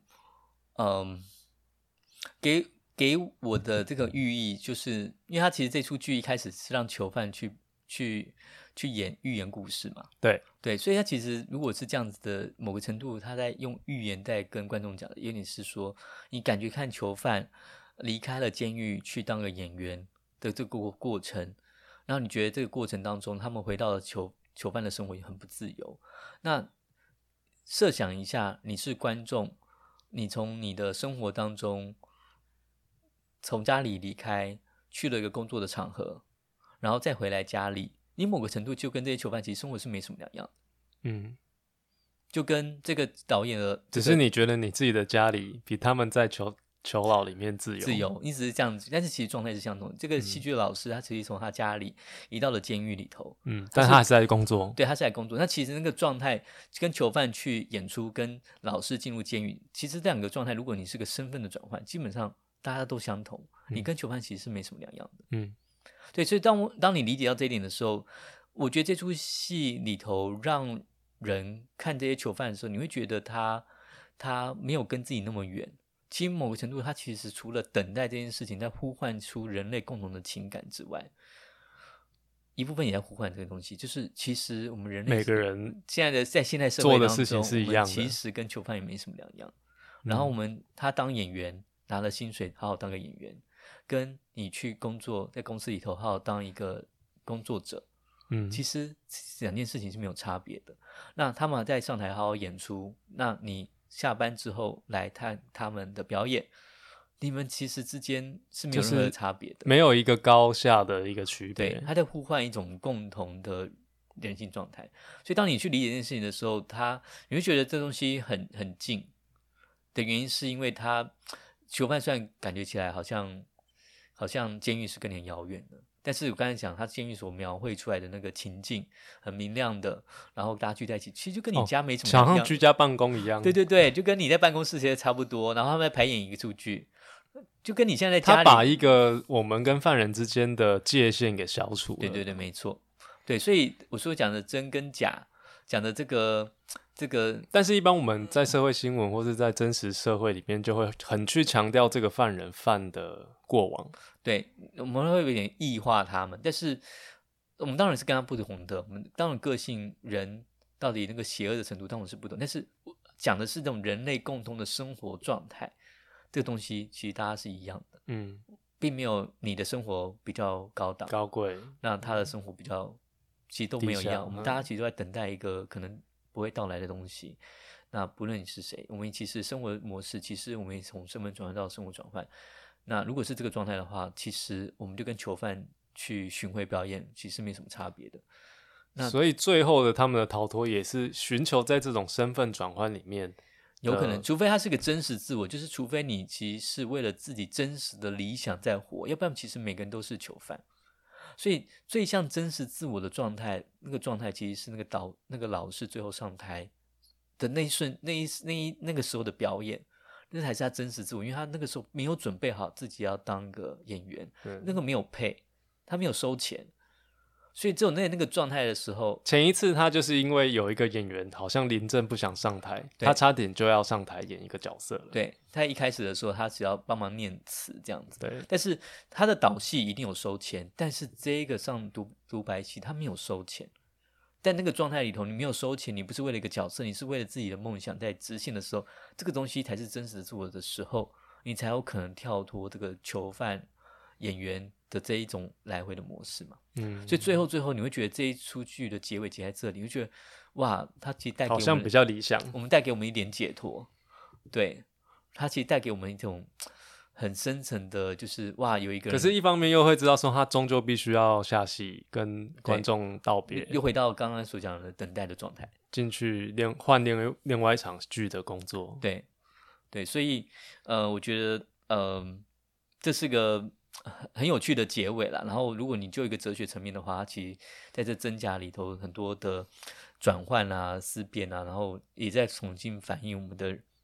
给我的这个寓意，就是因为他其实这出剧一开始是让囚犯去演寓言故事嘛，对，所以他其实如果是这样子的某个程度，他在用寓言在跟观众讲的，有点是说，你感觉看囚犯离开了监狱去当个演员的这个过程，然后你觉得这个过程当中，他们回到了囚犯的生活也很不自由。那设想一下，你是观众，你从你的生活当中从家里离开，去了一个工作的场合，然后再回来家里，你某个程度就跟这些囚犯其实生活是没什么两样的。就跟这个导演的、 只是你觉得你自己的家里比他们在囚牢里面自由， 你只是这样子，但是其实状态是相同的。这个戏剧的老师他其实从他家里移到了监狱里头， 但他还是在工作， 对，他是在工作。那其实那个状态跟囚犯去演出，跟老师进入监狱，其实这两个状态，如果你是个身份的转换，基本上大家都相同，你跟囚犯其实是没什么两样的。对，所以当你理解到这一点的时候，我觉得这出戏里头让人看这些囚犯的时候，你会觉得他没有跟自己那么远。其实某个程度，他其实除了等待这件事情在呼唤出人类共同的情感之外，一部分也在呼唤这个东西，就是其实我们人类每个人在现代社会当中做的事情是一样的， 其实跟囚犯也没什么两样。然后他当演员拿了薪水，好好当个演员，跟你去工作在公司里头好好当一个工作者，其实两件事情是没有差别的。那他们在上台好好演出，那你下班之后来看他们的表演，你们其实之间是没有任何的差别的， 没有一个高下的一个区别。 对，他在呼唤一种共同的人性状态。所以当你去理解这件事情的时候，你会觉得这东西很近的原因，是因为囚犯虽然感觉起来好像监狱是跟你很遥远的，但是我刚才讲他监狱所描绘出来的那个情境很明亮的，然后大家聚在一起，其实就跟你家没什么两样， 像居家办公一样。 对，就跟你在办公室其实差不多，然后他们在排演一个出剧，就跟你现在在家里， 他把一个我们跟犯人之间的界限给消除了。 对，没错。对，所以我说讲的真跟假，讲的这个， 但是一般我们在社会新闻或是在真实社会里面，就会很去强调这个犯人犯的过往。 对，我们会有点异化他们，但是我们当然是跟他不同的，我们当然个性人到底那个邪恶的程度当然是不同，但是讲的是这种人类共同的生活状态，这个东西其实大家是一样的，并没有你的生活比较高档高贵， 那他的生活比较其实都没有一样，我们大家其实都在等待一个可能不会到来的东西。那不论你是谁，我们其实生活模式，其实我们也从身份转换到生活转换。那如果是这个状态的话，其实我们就跟囚犯去巡回表演，其实没什么差别的。 所以最后的他们的逃脱也是寻求在这种身份转换里面， 有可能，除非他是个真实自我，就是除非你其实是为了自己真实的理想在活，要不然其实每个人都是囚犯。所以最像真实自我的状态，那个状态其实是那个老师最后上台的那一瞬，那个时候的表演，那才是他真实自我，因为他那个时候没有准备好自己要当个演员，那个没有配，他没有收钱，所以只有那个状态的时候， 前一次他就是因为有一个演员好像临阵不想上台，他差点就要上台演一个角色了。 对，他一开始的时候，他只要帮忙念词这样子。 对， 但是他的导戏一定有收钱，但是这个上独白戏他没有收钱。在那个状态里头，你没有收钱，你不是为了一个角色，你是为了自己的梦想在执行的时候，这个东西才是真实的自我的时候，你才有可能跳脱这个囚犯演员的这一种来回的模式嘛。所以最后你会觉得这一出剧的结尾结在这里，你会觉得哇，它其实带给我们好像比较理想， 我们带给我们一点解脱。对，它其实带给我们一种很深层的，就是哇，有一个人， 可是一方面又会知道说他终究必须要下戏跟观众道别， 又回到刚刚所讲的等待的状态， 进去换另外一场剧的工作。 对，所以我觉得这是个很有趣的结尾啦。然后如果你就一个哲学层面的话，它其实在这真假里头很多的转换啊、思辨啊，然后也在重新反映我们的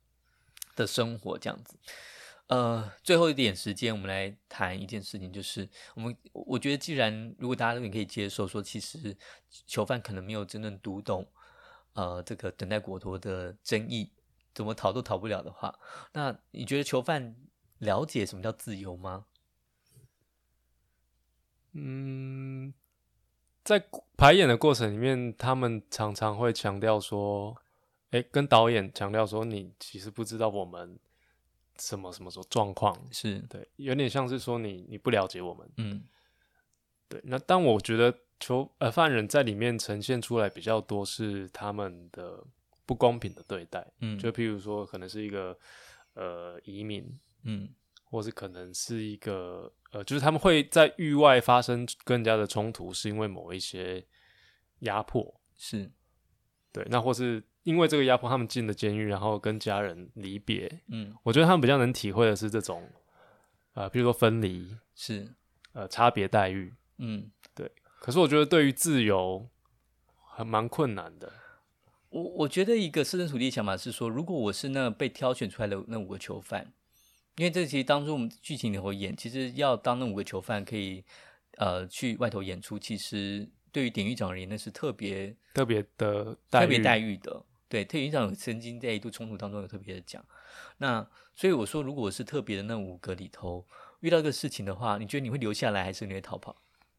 的生活这样子。最后一点时间，我们来谈一件事情，就是我觉得，既然如果大家都可以接受说，其实囚犯可能没有真正读懂这个等待国托的争议，怎么逃都逃不了的话，那你觉得囚犯了解什么叫自由吗？ 在排演的过程里面，他们常常会强调说，跟导演强调说，你其实不知道我们什么状况， 是对，有点像是说你不了解我们，对。那但我觉得犯人在里面呈现出来比较多是他们的不公平的对待，就譬如说可能是一个移民，或是可能是一个就是他们会在狱外发生跟人家的冲突，是因为某一些压迫， 是， 对，那或是因为这个压迫，他们进了监狱，然后跟家人离别，我觉得他们比较能体会的是这种比如说分离， 是差别待遇，对。可是我觉得对于自由还蛮困难的。 我觉得一个设身处地的想法是说，如果我是那被挑选出来的那5个囚犯，因为这其实当初我们剧情里头演，其实要当那5个囚犯可以去外头演出，其实对于典狱长而言那是特别的待遇的。对，典狱长曾经在一度冲突当中有特别的讲。那所以我说，如果我是特别的那5个里头遇到这个事情的话，你觉得你会留下来还是你会逃跑？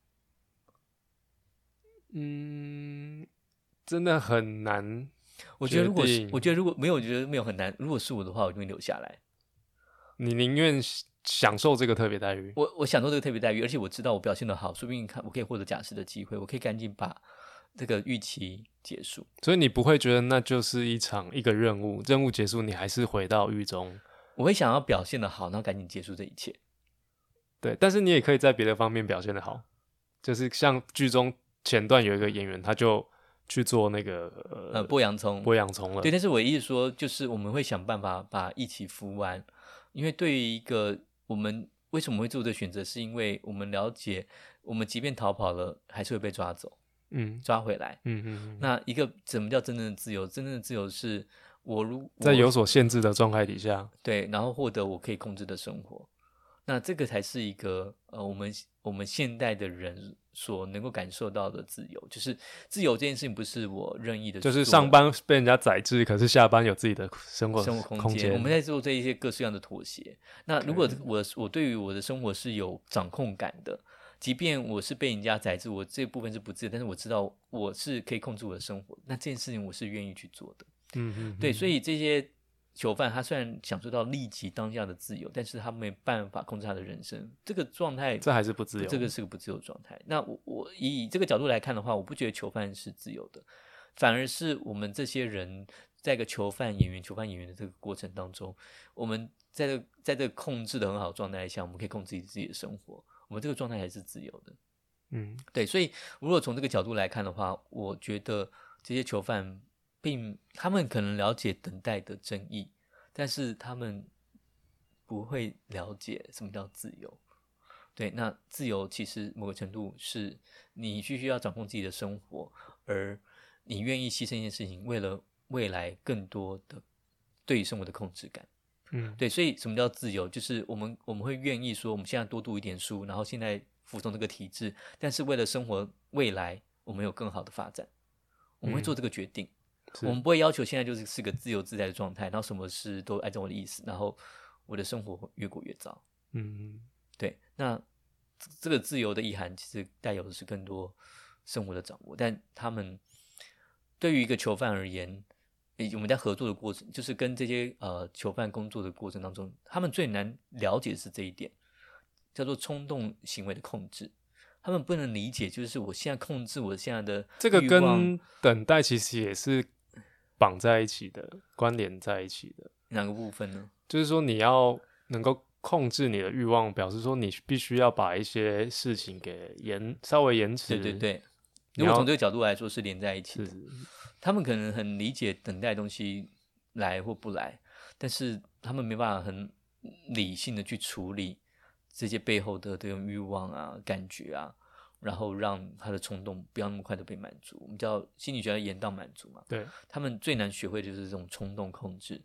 真的很难。 我觉得如果没有，我觉得没有很难。如果是我的话，我就会留下来。 你宁愿享受这个特别待遇？ 我享受这个特别待遇，而且我知道我表现得好，说不定我可以获得假释的机会，我可以赶紧把这个狱期结束。 所以你不会觉得那就是一个任务，任务结束你还是回到狱中？ 我会想要表现得好，然后赶紧结束这一切。 对，但是你也可以在别的方面表现得好，就是像剧中前段有一个演员，他就去做那个剥洋葱了。对，但是我意思说，就是我们会想办法把一起服完，因为对于一个我们为什么会做这个选择，是因为我们了解，我们即便逃跑了，还是会被抓走，抓回来。那一个什么叫真正的自由？真正的自由是我在有所限制的状态底下， 对，然后获得我可以控制的生活。那这个才是一个我们现代的人所能够感受到的自由，就是自由这件事情不是我任意的， 就是上班被人家宰制，可是下班有自己的生活空间。 我们在做这一些各式样的妥协。那如果我对于我的生活是有掌控感的，即便我是被人家宰制，我这部分是不自由，但是我知道我是可以控制我的生活，那这件事情我是愿意去做的。对，所以这些囚犯他虽然享受到立即当下的自由，但是他没办法控制他的人生，这个状态， 这还是不自由， 这个是个不自由的状态。那我以这个角度来看的话，我不觉得囚犯是自由的，反而是我们这些人在一个囚犯演员的这个过程当中，我们在这个控制的很好的状态下，我们可以控制自己的生活，我们这个状态还是自由的。对，所以如果从这个角度来看的话，我觉得这些囚犯他们可能了解等待的争议，但是他们不会了解什么叫自由。对，那自由其实某个程度是你必须要掌控自己的生活，而你愿意牺牲一件事情，为了未来更多的对于生活的控制感。对，所以什么叫自由？就是我们会愿意说，我们现在多读一点书，然后现在服从这个体制，但是为了生活未来，我们有更好的发展，我们会做这个决定。我们不会要求现在就是个自由自在的状态，然后什么事都按照我的意思，然后我的生活越过越糟。对，那这个自由的意涵其实带有的是更多生活的掌握，但他们对于一个囚犯而言，我们在合作的过程，就是跟这些囚犯工作的过程当中，他们最难了解的是这一点，叫做冲动行为的控制。他们不能理解，就是我现在控制我现在的欲望， 这个跟等待其实也是绑在一起的，关联在一起的。 哪个部分呢？ 就是说你要能够控制你的欲望，表示说你必须要把一些事情给稍微延迟。 对，如果从这个角度来说是连在一起的。 是他们可能很理解等待的东西来或不来，但是他们没办法很理性的去处理这些背后的这种欲望啊、感觉啊，然后让他的冲动不要那么快的被满足。我们叫心理学的延宕满足嘛。 对， 他们最难学会的就是这种冲动控制。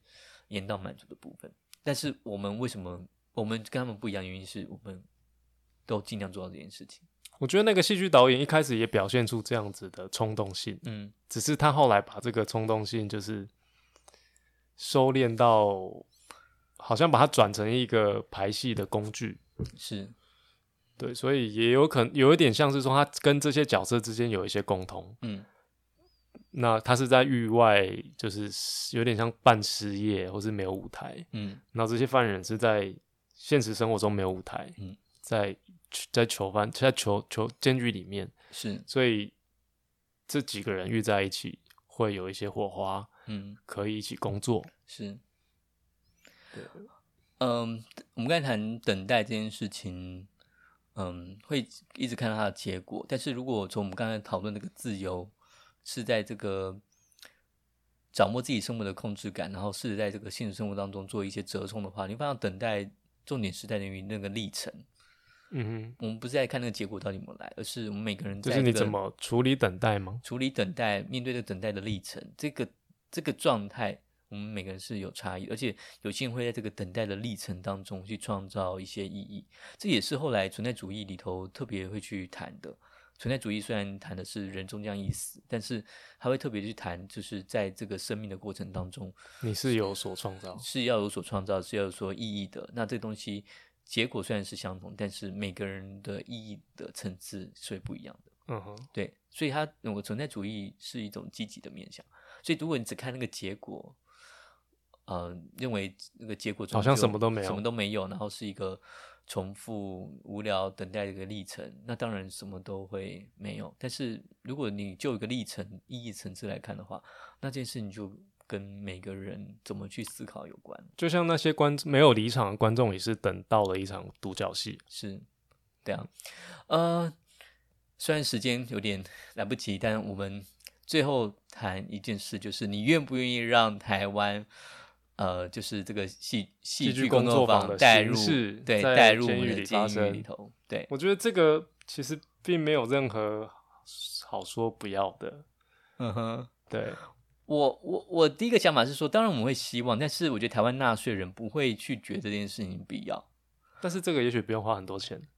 延宕满足的部分。但是我们为什么我们跟他们不一样？原因是我们都尽量做到这件事情。 我觉得那个戏剧导演一开始也表现出这样子的冲动性，只是他后来把这个冲动性就是收敛到，好像把它转成一个排戏的工具， 是， 对，所以也有可能有一点像是说他跟这些角色之间有一些共同，那他是在狱外，就是有点像半失业或是没有舞台，然后这些犯人是在现实生活中没有舞台，在囚犯在监狱里面， 是， 所以这几个人遇在一起会有一些火花，可以一起工作， 是，对，我们刚才谈等待这件事情，会一直看到它的结果，但是如果从我们刚才讨论那个自由是在这个掌握自己生活的控制感，然后试着在这个现实生活当中做一些折冲的话，你会发现等待重点是在于那个历程。我们不是在看那个结果到底有没有来，而是我们每个人在就是你怎么处理等待吗？ 处理等待，面对这个等待的历程，这个状态，我们每个人是有差异，而且有些人会在这个等待的历程当中去创造一些意义。这也是后来存在主义里头特别会去谈的。存在主义虽然谈的是人终将一死，但是他会特别去谈，就是在这个生命的过程当中， 你是有所创造， 是要有所创造，是要有所意义的。那这东西结果虽然是相同，但是每个人的意义的层次是会不一样的。对，所以它存在主义是一种积极的面向。所以如果你只看那个结果，认为那个结果好像什么都没有，然后是一个重复无聊等待的一个历程，那当然什么都会没有。但是如果你就一个历程意义层次来看的话，那这件事情就跟每个人怎么去思考有关。 就像那些没有离场的观众也是等到了一场独角戏， 是，对啊，虽然时间有点来不及，但我们最后谈一件事，就是你愿不愿意让台湾就是这个戏剧工作坊带入我们的监狱里头。对， 我觉得这个其实并没有任何好说不要的。对， 我第一个想法是说，当然我们会希望，但是我觉得台湾纳税人不会去觉得这件事情必要。 但是这个也许不用花很多钱。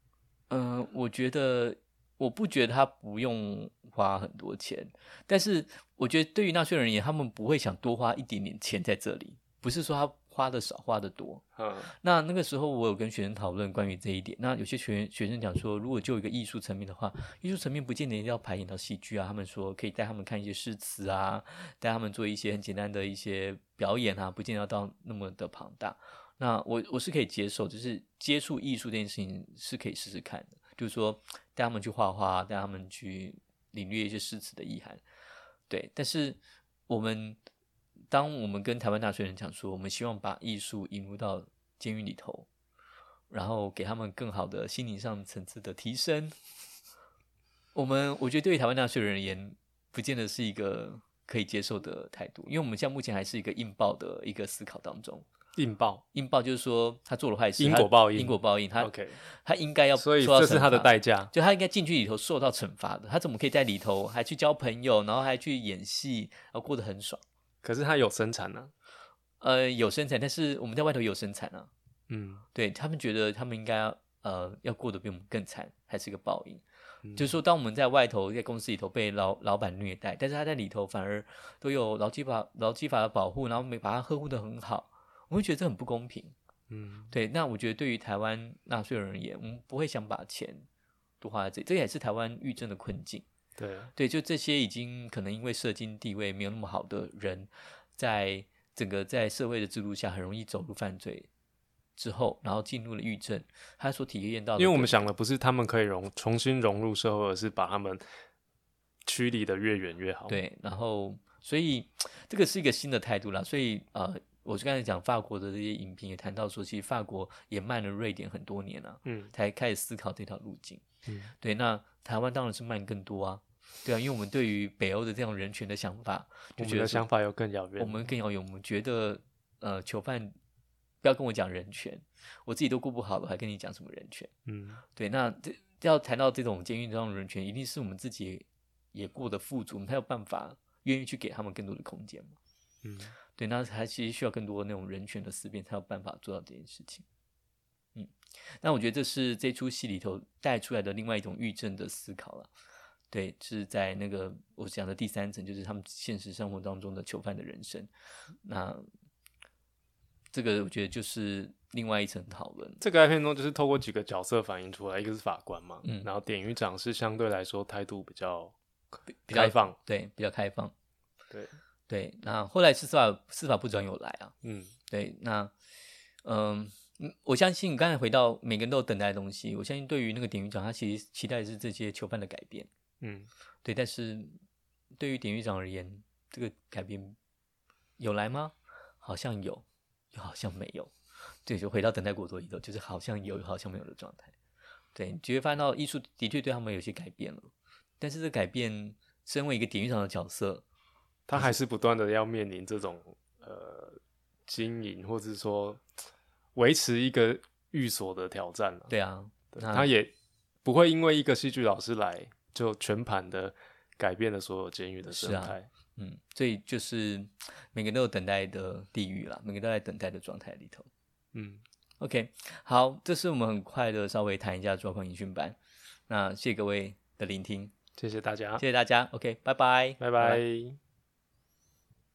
我不觉得他不用花很多钱，但是我觉得对于纳税人而言，他们不会想多花一点点钱在这里，不是说他花的少花的多。那个时候我有跟学生讨论关于这一点，那有些学生讲说，如果就一个艺术层面的话，艺术层面不见得一定要排演到戏剧啊，他们说可以带他们看一些诗词啊，带他们做一些很简单的一些表演啊，不见得要到那么的庞大。那我是可以接受，就是接触艺术这件事情是可以试试看的，就是说带他们去画画，带他们去领略一些诗词的意涵。对，但是当我们跟台湾纳税人讲说，我们希望把艺术引入到监狱里头，然后给他们更好的心灵上层次的提升，我觉得对于台湾纳税人而言，不见得是一个可以接受的态度，因为我们现在目前还是一个硬报的一个思考当中。硬报就是说他做了坏事， 因果报应， 他应该要受到惩罚， 所以这是他的代价， 就他应该进去里头受到惩罚的。他怎么可以在里头还去交朋友，然后还去演戏，然后过得很爽？ 可是他有生产呢？ 有生产，但是我们在外头有生产啊。对，他们觉得他们应该要过得比我们更惨，还是一个报应。就是说，当我们在外头在公司里头被老板虐待，但是他在里头反而都有劳基法的保护，然后把他呵护得很好。我会觉得这很不公平。对，那我觉得对于台湾纳税人而言，我们不会想把钱多花在这里，这也是台湾狱政的困境。对，就这些已经可能因为社经地位没有那么好的人，在整个在社会的制度下很容易走入犯罪之后，然后进入了狱政，他所体验到的， 因为我们想的不是他们可以重新融入社会，而是把他们驱离的越远越好。 对，然后所以这个是一个新的态度啦，所以我是刚才讲法国的这些影评也谈到说，其实法国也慢了瑞典很多年了，才开始思考这条路径。对，那台湾当然是慢更多啊，对啊，因为我们对于北欧的这种人权的想法，就觉得我们的想法又更遥远， 我们更遥远，我们觉得囚犯不要跟我讲人权，我自己都顾不好了，还跟你讲什么人权？对，那要谈到这种监狱这种人权，一定是我们自己也过得富足，我们才有办法愿意去给他们更多的空间嘛。 对，那还其实需要更多那种人权的思辨，才有办法做到这件事情。那我觉得这是这出戏里头带出来的另外一种狱政的思考了。对，是在那个我讲的第3层，就是他们现实生活当中的囚犯的人生。那这个我觉得就是另外一层讨论。 这个片中就是透过几个角色反映出来，一个是法官嘛，然后典狱长是相对来说态度比较开放， 对，比较开放， 对。 那后来是司法部长有来啊，对，那我相信刚才回到每个人都有等待的东西，我相信对于那个典狱长，他其实期待的是这些囚犯的改变，对，但是对于典狱长而言，这个改变有来吗？好像有，又好像没有。对，就回到等待果陀里头，就是好像有，好像没有的状态。对，你就会发现到艺术的确对他们有些改变了，但是这改变，身为一个典狱长的角色， 他还是不断的要面临这种经营或者说维持一个寓所的挑战啊。 对啊， 他也不会因为一个戏剧老师来就全盘的改变了所有监狱的生态。 所以就是每个人都有等待的地狱啦，每个人都在等待的状态里头。OK， 好，这是我们很快的稍微谈一下状况营训班。那谢谢各位的聆听， 谢谢大家， 谢谢大家。OK， 拜拜， 拜拜。